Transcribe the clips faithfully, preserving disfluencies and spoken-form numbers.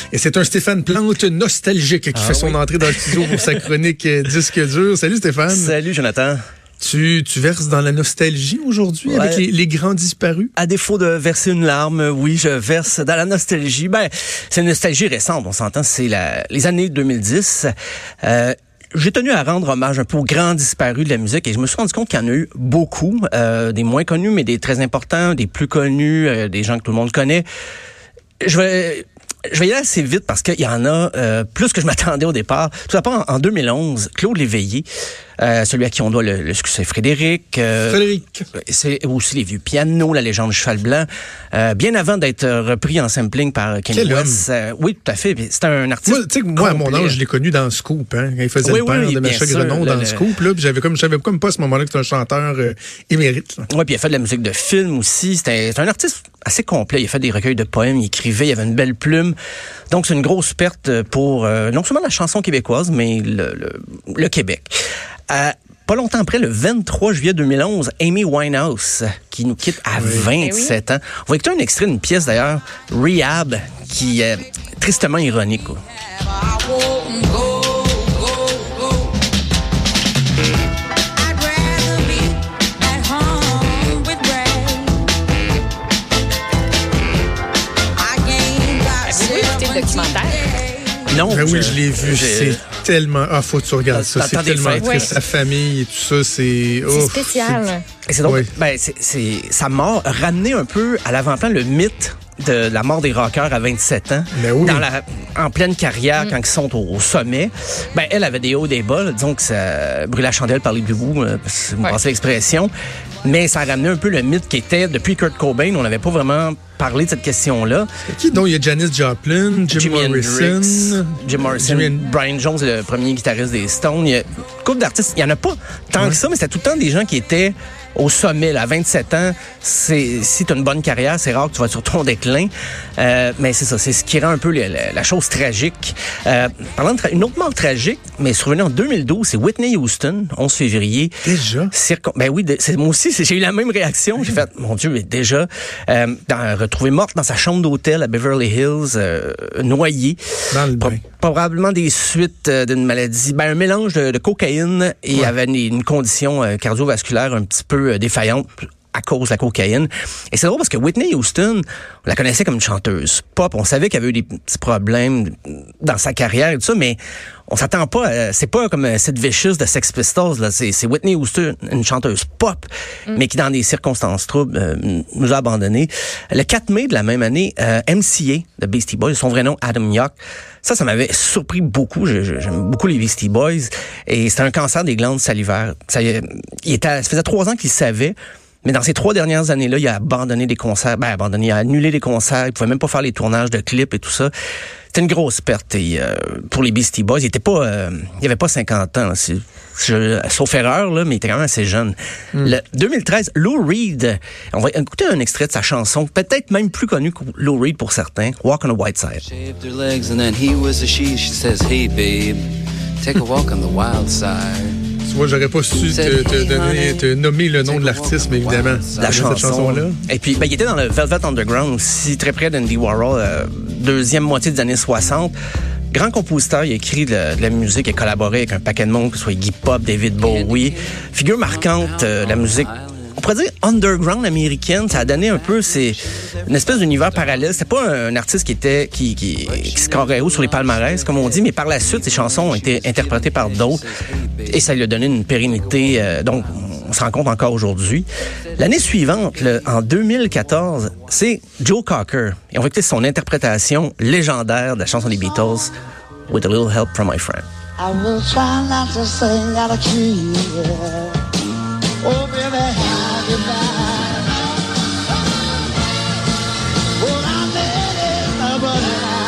Et c'est un Stéphane Plante nostalgique qui ah, fait son oui. entrée dans le studio pour sa chronique Disque dur. Salut Stéphane. Salut Jonathan. Tu, tu verses dans la nostalgie aujourd'hui ouais. avec les, les grands disparus? À défaut de verser une larme, oui, je verse dans la nostalgie. Ben, c'est une nostalgie récente, on s'entend, c'est la, les années deux mille dix. Euh, J'ai tenu à rendre hommage un peu aux grands disparus de la musique et je me suis rendu compte qu'il y en a eu beaucoup, euh, des moins connus, mais des très importants, des plus connus, euh, des gens que tout le monde connaît. Je vais... Je vais y aller assez vite parce qu'il y en a euh, plus que je m'attendais au départ. Tout d'abord, en, en deux mille onze, Claude Léveillé, euh, celui à qui on doit le, le succès Frédéric. Euh, Frédéric. C'est aussi les vieux pianos, la légende du cheval blanc. Euh, bien avant d'être repris en sampling par Kanye West. Euh, oui, tout à fait. C'est un artiste. Moi, tu sais, moi, à mon âge, je l'ai connu dans Scoop, hein, quand il faisait oui, le père oui, de Macha Grenon dans le... Scoop. Là, puis j'avais comme, je savais comme pas à ce moment-là que c'était un chanteur euh, émérite. Oui, puis il a fait de la musique de film aussi. C'était un artiste assez complet. Il a fait des recueils de poèmes, il écrivait, il avait une belle plume. Donc, c'est une grosse perte pour euh, non seulement la chanson québécoise, mais le, le, le Québec. Euh, pas longtemps après, le vingt-trois juillet deux mille onze, Amy Winehouse, qui nous quitte à oui. vingt-sept ans. On va écouter un extrait d'une pièce, d'ailleurs, Rehab, qui est tristement ironique. Quoi. Documentaire. Non, ben oui, je l'ai vu. Je... C'est tellement... Ah, faut que tu regardes ça. C'est tellement triste. Ouais. Sa famille et tout ça, c'est... Oh, c'est spécial. Et c'est donc... Oui. Ben, c'est, c'est... Sa mort ramenait un peu à l'avant-plan le mythe de la mort des rockers à vingt-sept ans, ben oui. dans la, en pleine carrière, mm. quand ils sont au, au sommet. Ben, elle avait des hauts, des bas. Là, disons que ça brûlait la chandelle par les deux bouts, euh, si vous me passez l'expression. Mais ça a ramené un peu le mythe qui était, depuis Kurt Cobain, on n'avait pas vraiment parlé de cette question-là. Qui donc? Il y a Janis Joplin, Jim Jimi Morrison. Hendrix, Jim Morrison, Jimmy... Brian Jones, le premier guitariste des Stones. Il y a une couple d'artistes. Il n'y en a pas tant ouais. que ça, mais c'était tout le temps des gens qui étaient au sommet. Là, à vingt-sept ans, c'est, si tu as une bonne carrière, c'est rare que tu vas sur ton déclin. Euh, mais c'est ça, c'est ce qui rend un peu la, la, la chose tragique. Euh, parlant de tra- une autre mort tragique, mais survenue en deux mille douze, c'est Whitney Houston, onze février. Déjà? Circon- ben oui, c'est, moi aussi, c'est, j'ai eu la même réaction. J'ai fait, mon Dieu, mais déjà, euh, dans, retrouvée morte dans sa chambre d'hôtel à Beverly Hills, euh, noyée. Dans le bain. Pro- probablement des suites euh, d'une maladie, ben un mélange de, de cocaïne et ouais. avait une, une condition euh, cardiovasculaire un petit peu euh, défaillante à cause de la cocaïne. Et c'est drôle parce que Whitney Houston, on la connaissait comme une chanteuse pop. On savait qu'elle avait eu des petits problèmes dans sa carrière et tout ça, mais on s'attend pas à, c'est pas comme Sid Vicious de Sex Pistols, là. C'est, c'est Whitney Houston, une chanteuse pop, mm. mais qui, dans des circonstances troubles, euh, nous a abandonnés. Le quatre mai de la même année, euh, M C A, de Beastie Boys, son vrai nom, Adam Yauch, ça, ça m'avait surpris beaucoup. Je, je, j'aime beaucoup les Beastie Boys. Et c'était un cancer des glandes salivaires. Ça, il était, ça faisait trois ans qu'il savait. Mais dans ces trois dernières années-là, il a abandonné des concerts. Ben, abandonné, il a annulé des concerts. Il pouvait même pas faire les tournages de clips et tout ça. C'était une grosse perte. Et, euh, pour les Beastie Boys, il était pas, euh, il avait pas cinquante ans. C'est, je, sauf erreur, là, mais il était quand même assez jeune. Mm. Le deux mille treize, Lou Reed. On va écouter un extrait de sa chanson, peut-être même plus connue que Lou Reed pour certains, Walk on the White Side. Shaved her legs and then he was a she. She says, hey babe, take a walk on the wild side. Tu vois, j'aurais pas su te, te, donner, te nommer le nom de l'artiste, mais évidemment, la chanson. Cette chanson-là. Et puis, ben, il était dans le Velvet Underground aussi, très près d'Andy Warhol, euh, deuxième moitié des années soixante. Grand compositeur, il a écrit de, de la musique, il a collaboré avec un paquet de monde, que ce soit Iggy Pop, David Bowie. Figure marquante euh, de la musique, on pourrait dire underground américaine. Ça a donné un peu, c'est une espèce d'univers parallèle. C'était pas un, un artiste qui était qui qui, qui scorait haut sur les palmarès, comme on dit, mais par la suite, ses chansons ont été interprétées par d'autres et ça lui a donné une pérennité. Euh, donc, on se rend compte encore aujourd'hui. L'année suivante, le, en deux mille quatorze, c'est Joe Cocker. Et on va écouter son interprétation légendaire de la chanson des Beatles, With a Little Help from My Friend. I will try not to sing out of key. Oh, baby, how you back? Well, I made it, but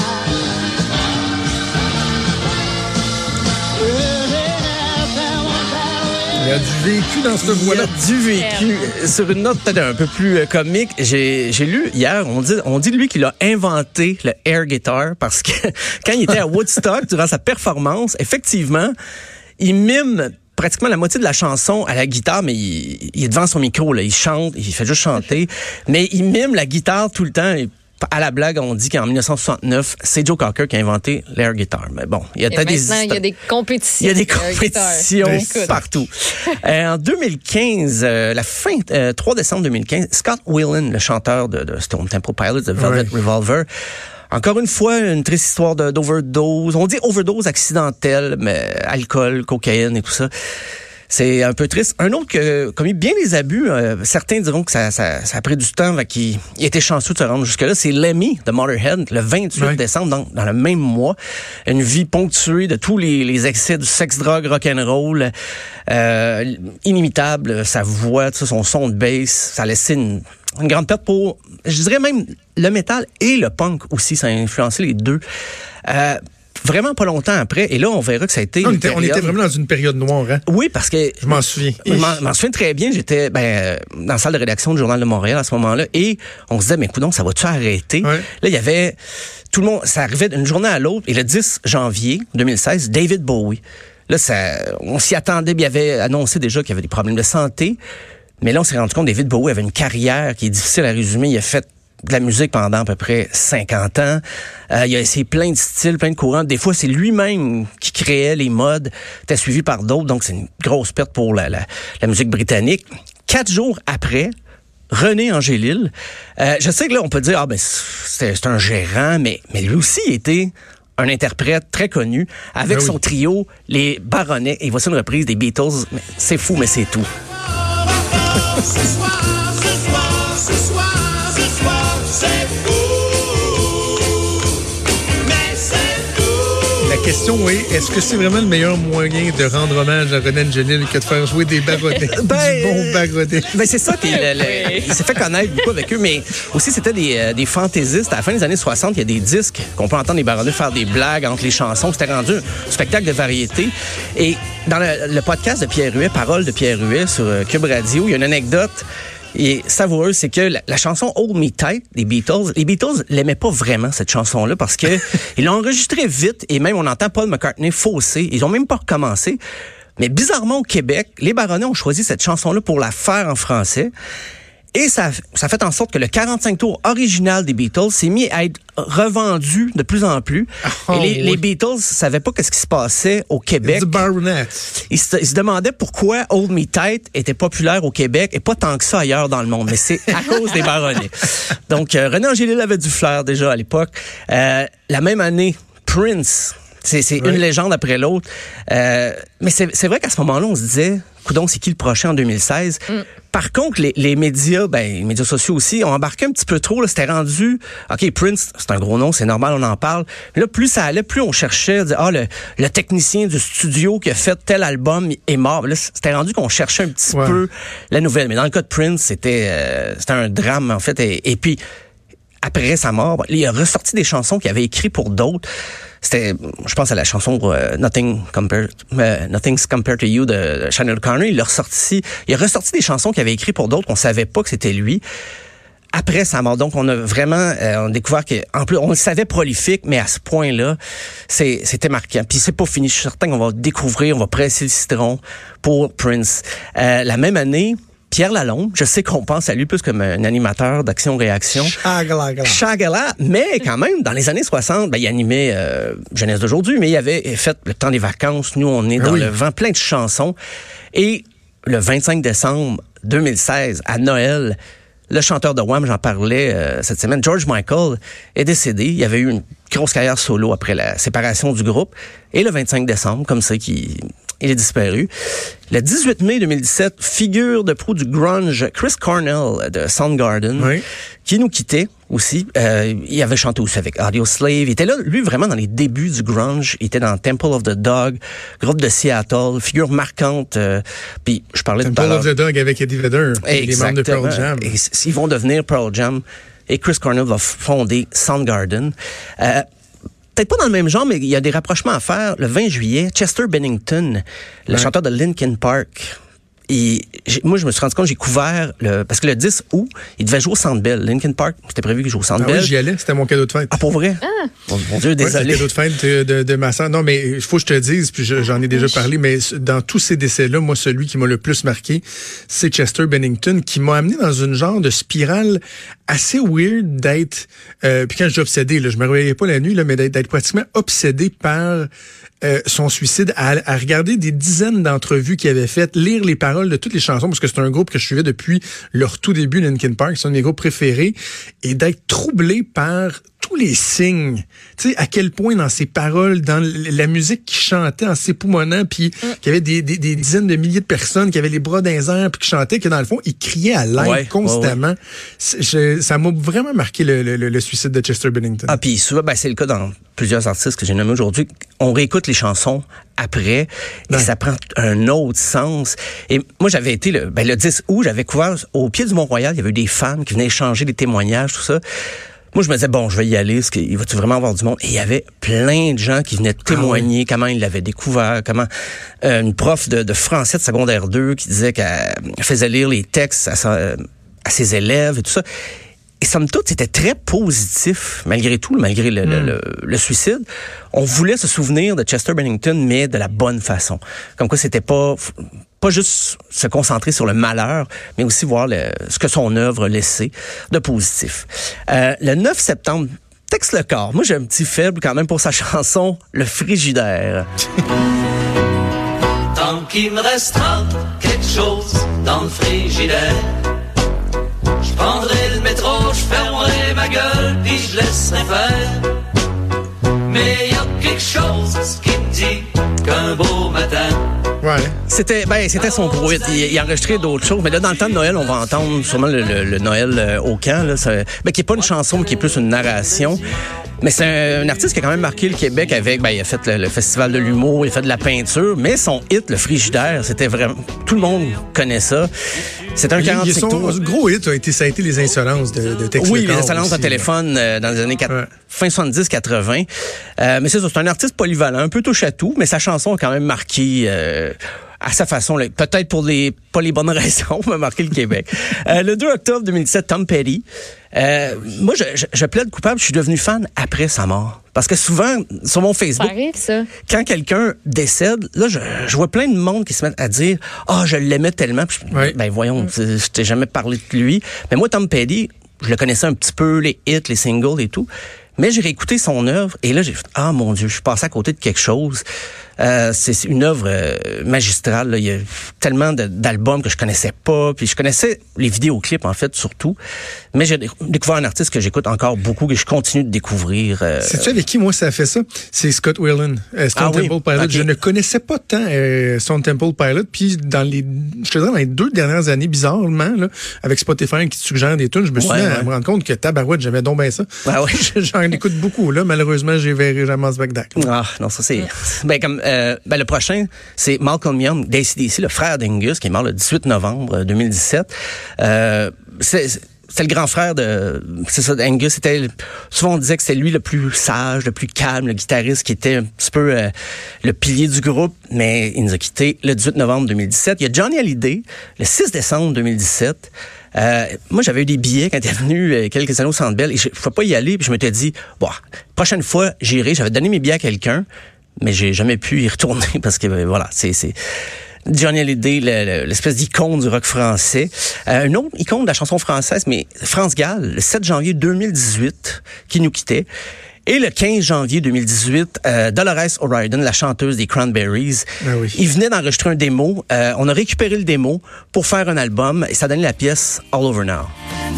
il y a du vécu dans ce voix-là. Il y a du vécu. Sur une note peut-être un peu plus comique, j'ai, j'ai lu hier, on dit, on dit de lui qu'il a inventé le air guitar parce que quand il était à Woodstock, durant sa performance, effectivement, il mime pratiquement la moitié de la chanson à la guitare, mais il, il est devant son micro, là, il chante, il fait juste chanter, mais il mime la guitare tout le temps. Et À la blague, on dit qu'en dix-neuf cent soixante-neuf, c'est Joe Cocker qui a inventé l'air guitar. Mais bon, il y a peut-être des il y a des compétitions. Il y a des compétitions partout. euh, en deux mille quinze, euh, la fin, euh, trois décembre deux mille quinze, Scott Weiland, le chanteur de, de Stone Temple Pilots, de Velvet ouais. Revolver, encore une fois, une triste histoire de, d'overdose. On dit overdose accidentelle, mais alcool, cocaïne et tout ça. C'est un peu triste. Un autre qui a commis bien les abus, euh, certains diront que ça, ça, ça a pris du temps, ben, qu'il il était chanceux de se rendre jusque-là, c'est Lemmy de Motorhead, le vingt-huit ouais. décembre, dans, dans le même mois. Une vie ponctuée de tous les, les excès du sexe, drogue, rock'n'roll, euh, inimitable, sa voix, son son de bass, ça a laissé une, une grande perte pour, je dirais même, le métal et le punk aussi, ça a influencé les deux. Euh, Vraiment pas longtemps après, et là, on verra que ça a été... On, une était, période... on était vraiment dans une période noire, hein? Oui, parce que... Je m'en souviens. Je m'en, m'en souviens très bien. J'étais ben, dans la salle de rédaction du Journal de Montréal à ce moment-là, et on se disait, mais coudonc, ça va-tu arrêter? Ouais. Là, il y avait... Tout le monde... Ça arrivait d'une journée à l'autre, et le dix janvier deux mille seize, David Bowie. Là, ça, on s'y attendait, il avait annoncé déjà qu'il y avait des problèmes de santé, mais là, on s'est rendu compte que David Bowie avait une carrière qui est difficile à résumer. Il a fait de la musique pendant à peu près cinquante ans. Euh, il a essayé plein de styles, plein de courants. Des fois, c'est lui-même qui créait les modes. C'était suivi par d'autres, donc c'est une grosse perte pour la, la, la musique britannique. Quatre jours après, René Angélil, euh, je sais que là, on peut dire, ah ben, c'est, c'est un gérant, mais, mais lui aussi était un interprète très connu, avec ben oui. son trio, les Baronnets. Et voici une reprise des Beatles. Mais c'est fou, mais c'est tout. Ce soir, ce soir, ce soir, ce soir, c'est fou. Mais c'est fou. La question est, est-ce que c'est vraiment le meilleur moyen de rendre hommage à René Angélil que de faire jouer des Baronnets? Ben, du bon Baronnet. Ben c'est ça, le, le, il s'est fait connaître beaucoup avec eux, mais aussi c'était des, euh, des fantaisistes. À la fin des années soixante, il y a des disques qu'on peut entendre les Baronnets faire des blagues entre les chansons. C'était rendu un spectacle de variété. Et dans le, le podcast de Pierre Huet, Paroles de Pierre Huet sur euh, Cube Radio, il y a une anecdote et savoureuse, c'est que la, la chanson Hold Me Tight des Beatles, les Beatles l'aimaient pas vraiment, cette chanson-là, parce que ils l'ont enregistrée vite, et même on entend Paul McCartney fausser, ils ont même pas recommencé. Mais bizarrement, au Québec, les Baronnets ont choisi cette chanson-là pour la faire en français. Et ça, ça fait en sorte que le quarante-cinq tours original des Beatles s'est mis à être revendu de plus en plus. Oh, et les, oui. les Beatles savaient pas qu'est-ce qui se passait au Québec. The Baronets. Ils se, ils se demandaient pourquoi Hold Me Tight était populaire au Québec et pas tant que ça ailleurs dans le monde. Mais c'est à cause des Baronnets. Donc, euh, René Angélil avait du flair déjà à l'époque. Euh, la même année, Prince... C'est, c'est oui. une légende après l'autre. Euh, mais c'est, c'est vrai qu'à ce moment-là, on se disait, coudonc, c'est qui le prochain en deux mille seize? Mm. Par contre, les, les médias, ben, les médias sociaux aussi, ont embarqué un petit peu trop. Là, c'était rendu, OK, Prince, c'est un gros nom, c'est normal, on en parle. Mais là, plus ça allait, plus on cherchait, dire, ah, le, le technicien du studio qui a fait tel album est mort. Là, c'était rendu qu'on cherchait un petit ouais. peu la nouvelle. Mais dans le cas de Prince, c'était, euh, c'était un drame, en fait. Et, et puis, après sa mort, il a ressorti des chansons qu'il avait écrites pour d'autres. C'était, je pense à la chanson euh, Nothing Compared, euh, Nothing's Compared to You de Sinéad O'Connor. Il a ressorti, il a ressorti des chansons qu'il avait écrites pour d'autres qu'on savait pas que c'était lui. Après sa mort, donc on a vraiment euh, on a découvert que, en plus, on le savait prolifique, mais à ce point-là, c'est, c'était marquant. Puis c'est pas fini. Je suis certain qu'on va découvrir, on va presser le citron pour Prince. Euh, la même année, Pierre Lalonde, je sais qu'on pense à lui plus comme un animateur d'action-réaction. Chagala. Chagala, mais quand même, dans les années soixante, ben, il animait euh, Jeunesse d'aujourd'hui, mais il avait fait Le Temps des vacances. Nous, on est dans oui. le vent, plein de chansons. Et le vingt-cinq décembre deux mille seize, à Noël, le chanteur de Wham, j'en parlais euh, cette semaine, George Michael, est décédé. Il avait eu une grosse carrière solo après la séparation du groupe. Et le vingt-cinq décembre, comme ça, qui... il est disparu. Le dix-huit mai deux mille dix-sept, figure de proue du grunge, Chris Cornell de Soundgarden, oui. qui nous quittait aussi. Euh, il avait chanté aussi avec Audioslave. Il était là, lui, vraiment dans les débuts du grunge. Il était dans Temple of the Dog, groupe de Seattle, figure marquante. Euh, puis je parlais Temple tout à l'heure. Temple of the Dog avec Eddie Vedder, les membres de Pearl Jam. Et ils vont devenir Pearl Jam. Et Chris Cornell va fonder Soundgarden. Euh, Peut-être pas dans le même genre, mais il y a des rapprochements à faire. Le vingt juillet, Chester Bennington, le ouais. chanteur de Linkin Park, Et moi, je me suis rendu compte, j'ai couvert, le, parce que le dix août, il devait jouer au Centre Bell. Linkin Park, c'était prévu qu'il joue au Centre ah Bell. Oui, j'y allais, c'était mon cadeau de fête. Ah, pour vrai? Ah. Oh, mon Dieu, désolé. Ouais, c'était le cadeau de fête de, de, de ma sœur. Non, mais il faut que je te dise, puis je, j'en ai déjà parlé, mais dans tous ces décès-là, moi, celui qui m'a le plus marqué, c'est Chester Bennington, qui m'a amené dans une genre de spirale assez weird d'être, euh, puis quand je dis obsédé, là, je me réveillais pas la nuit, là, mais d'être, d'être pratiquement obsédé par euh, son suicide, à, à regarder des dizaines d'entrevues qu'il avait faites, lire les paroles de toutes les chansons, parce que c'est un groupe que je suivais depuis leur tout début, Linkin Park, c'est un de mes groupes préférés, et d'être troublé par tous les signes, tu sais, à quel point dans ses paroles, dans la musique qu'il chantait en s'époumonnant, puis mm. qu'il y avait des, des, des dizaines de milliers de personnes qui avaient les bras dans les airs, puis qui chantaient, que dans le fond, il criait à l'aide ouais, constamment. Ouais, ouais. Je, ça m'a vraiment marqué le, le, le suicide de Chester Bennington. Ah, puis souvent, ben, c'est le cas dans plusieurs artistes que j'ai nommés aujourd'hui. On réécoute les chansons après et ouais. ça prend un autre sens. Et moi, j'avais été le, ben, le dix août, j'avais couvert au pied du Mont-Royal, il y avait eu des fans qui venaient échanger des témoignages, tout ça. Moi, je me disais, bon, je vais y aller, parce qu'il va-tu vraiment avoir du monde? Et il y avait plein de gens qui venaient témoigner ah oui. comment ils l'avaient découvert, comment euh, une prof de, de français de secondaire deux qui disait qu'elle faisait lire les textes à, sa, à ses élèves et tout ça. Et somme toute, c'était très positif, malgré tout, malgré le, mm. le, le, le suicide. On voulait se souvenir de Chester Bennington, mais de la bonne façon. Comme quoi, c'était pas... pas juste se concentrer sur le malheur, mais aussi voir le, ce que son œuvre laissait de positif. Euh, le neuf septembre, Tex Le Corps. Moi, j'ai un petit faible quand même pour sa chanson « Le Frigidaire ». Tant qu'il me restera quelque chose dans le frigidaire, je prendrai le métro, je fermerai ma gueule, puis je laisserai faire. Mais il y a quelque chose qui me dit qu'un beau matin... Ouais. C'était ben c'était son gros hit. Il, il a enregistré d'autres choses, mais là dans le temps de Noël, on va entendre sûrement le, le, le Noël euh, au camp là, ça, ben, qui est pas une chanson, mais qui est plus une narration. Mais c'est un, un artiste qui a quand même marqué le Québec avec, ben il a fait le, le festival de l'humour, il a fait de la peinture, mais son hit, le Frigidaire, c'était vraiment tout le monde connaît ça. C'est un quarante-cinq son tours. Gros hit a été, ça a été les insolences de, de Tex Oui, Le Corps. les insolences de téléphone euh, dans les années quatre, ouais. fin soixante-dix quatre-vingt. Euh, mais c'est ça, c'est un artiste polyvalent, un peu touche à tout, mais sa chanson a quand même marqué euh, à sa façon, là, peut-être pour les pas les bonnes raisons, m'a marqué le Québec. euh, le deux octobre deux mille dix-sept, Tom Petty. Euh, moi, je, je, je plaide coupable, je suis devenu fan après sa mort. Parce que souvent, sur mon Facebook, ça arrive, ça. Quand quelqu'un décède, là, je, je vois plein de monde qui se mettent à dire « Ah, oh, je l'aimais tellement. » Oui. Ben voyons, mm. je t'ai jamais parlé de lui. Mais moi, Tom Petty, je le connaissais un petit peu, les hits, les singles et tout. Mais j'ai réécouté son œuvre et là, j'ai fait « Ah, mon Dieu, je suis passé à côté de quelque chose. » Euh, c'est une œuvre euh, magistrale. Là. Il y a tellement de, d'albums que je connaissais pas. Puis je connaissais les vidéoclips, en fait, surtout. Mais j'ai découvert un artiste que j'écoute encore beaucoup, que je continue de découvrir. Euh... Sais-tu avec qui, moi, ça a fait ça? C'est Scott Weiland, euh, Stone ah, Temple oui? Pilot. Okay. Je ne connaissais pas tant euh, Stone Temple Pilot. Puis dans les, je te dirais, dans les deux dernières années, bizarrement, là, avec Spotify qui te suggère des tunes, je me suis ouais, mis ouais. à me rendre compte que tabarouette, j'aimais donc bien ça. Ah oui? J'en écoute beaucoup, là. Malheureusement, j'ai verré jamais ce bac Ah, non, ça c'est... ben, comme... Euh, ben, le prochain, c'est Malcolm Young d'A C D C, le frère d'Angus, qui est mort le dix-huit novembre deux mille dix-sept. Euh, c'est, c'est le grand frère de... C'est ça, d'Angus. C'était, souvent, on disait que c'était lui le plus sage, le plus calme, le guitariste qui était un petit peu euh, le pilier du groupe, mais il nous a quittés le dix-huit novembre deux mille dix-sept. Il y a Johnny Hallyday, le six décembre deux mille dix-sept. Euh, moi, j'avais eu des billets quand il est venu euh, quelques années au Centre Bell et je ne pouvais pas y aller. Puis je m'étais dit, bon, prochaine fois, j'irai. J'avais donné mes billets à quelqu'un. Mais j'ai jamais pu y retourner parce que voilà, c'est c'est Johnny Hallyday, le, le, l'espèce d'icône du rock français. Euh, une autre icône de la chanson française, mais France Gall, le sept janvier deux mille dix-huit, qui nous quittait. Et le quinze janvier deux mille dix-huit, euh, Dolores O'Riordan, la chanteuse des Cranberries, ah oui. il venait d'enregistrer un démo. Euh, on a récupéré le démo pour faire un album et ça donnait la pièce All Over Now.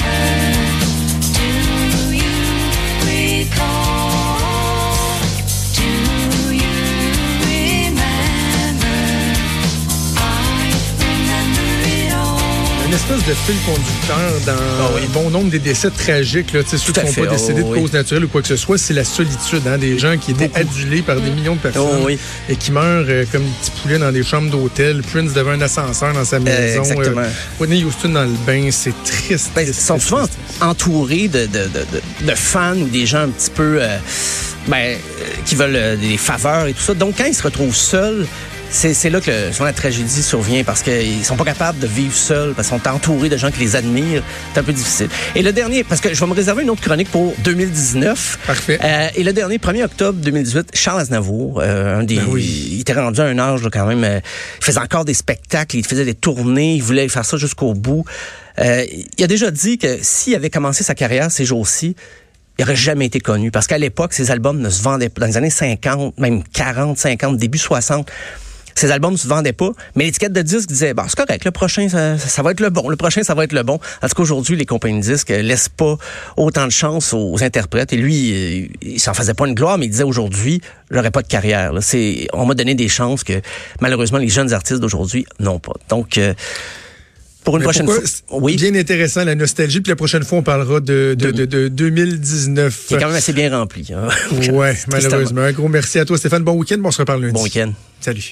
Une espèce de fil conducteur dans oh oui. bon nombre des décès tragiques, là, ceux qui ne sont pas décédés oh, de cause oui. naturelle ou quoi que ce soit, c'est la solitude, hein, des gens qui étaient Beaucoup. adulés par des millions de personnes oh, oui. et qui meurent euh, comme des petits poulets dans des chambres d'hôtel. Prince devant un ascenseur dans sa maison. Euh, exactement. Euh, Whitney Houston dans le bain, c'est triste. Ben, ils sont souvent triste. entourés de, de, de, de, de fans ou des gens un petit peu euh, ben, euh, qui veulent euh, des faveurs et tout ça. Donc, quand ils se retrouvent seuls, C'est, c'est là que le, souvent la tragédie survient parce qu'ils sont pas capables de vivre seuls, parce qu'ils sont entourés de gens qui les admirent. C'est un peu difficile. Et le dernier, parce que je vais me réserver une autre chronique pour deux mille dix-neuf. Parfait. Euh, et le dernier, premier octobre deux mille dixhuit, Charles Aznavour, euh, un des, ben oui. il était rendu à un âge là, quand même, euh, il faisait encore des spectacles, il faisait des tournées, il voulait faire ça jusqu'au bout. Euh, il a déjà dit que s'il avait commencé sa carrière ces jours-ci, il n'aurait jamais été connu. Parce qu'à l'époque, ses albums ne se vendaient pas. Dans les années cinquante, même quarante, cinquante, début soixante, ses albums ne se vendaient pas. Mais l'étiquette de disque disait, bah, c'est correct, le prochain, ça, ça va être le bon. Le prochain, ça va être le bon. En tout cas, aujourd'hui, les compagnies de disques laissent pas autant de chance aux interprètes. Et lui, il s'en faisait pas une gloire, mais il disait aujourd'hui, j'aurais pas de carrière. Là. C'est, on m'a donné des chances que, malheureusement, les jeunes artistes d'aujourd'hui n'ont pas. Donc, euh, pour une Mais prochaine pourquoi, fois. Oui. Bien intéressant, la nostalgie. Puis la prochaine fois, on parlera de, de, de, de deux mille dix-neuf. Qui est quand même assez bien rempli. Hein. Ouais, malheureusement. Un gros merci à toi, Stéphane. Bon week-end. On se reparle lundi. Bon week-end. Salut.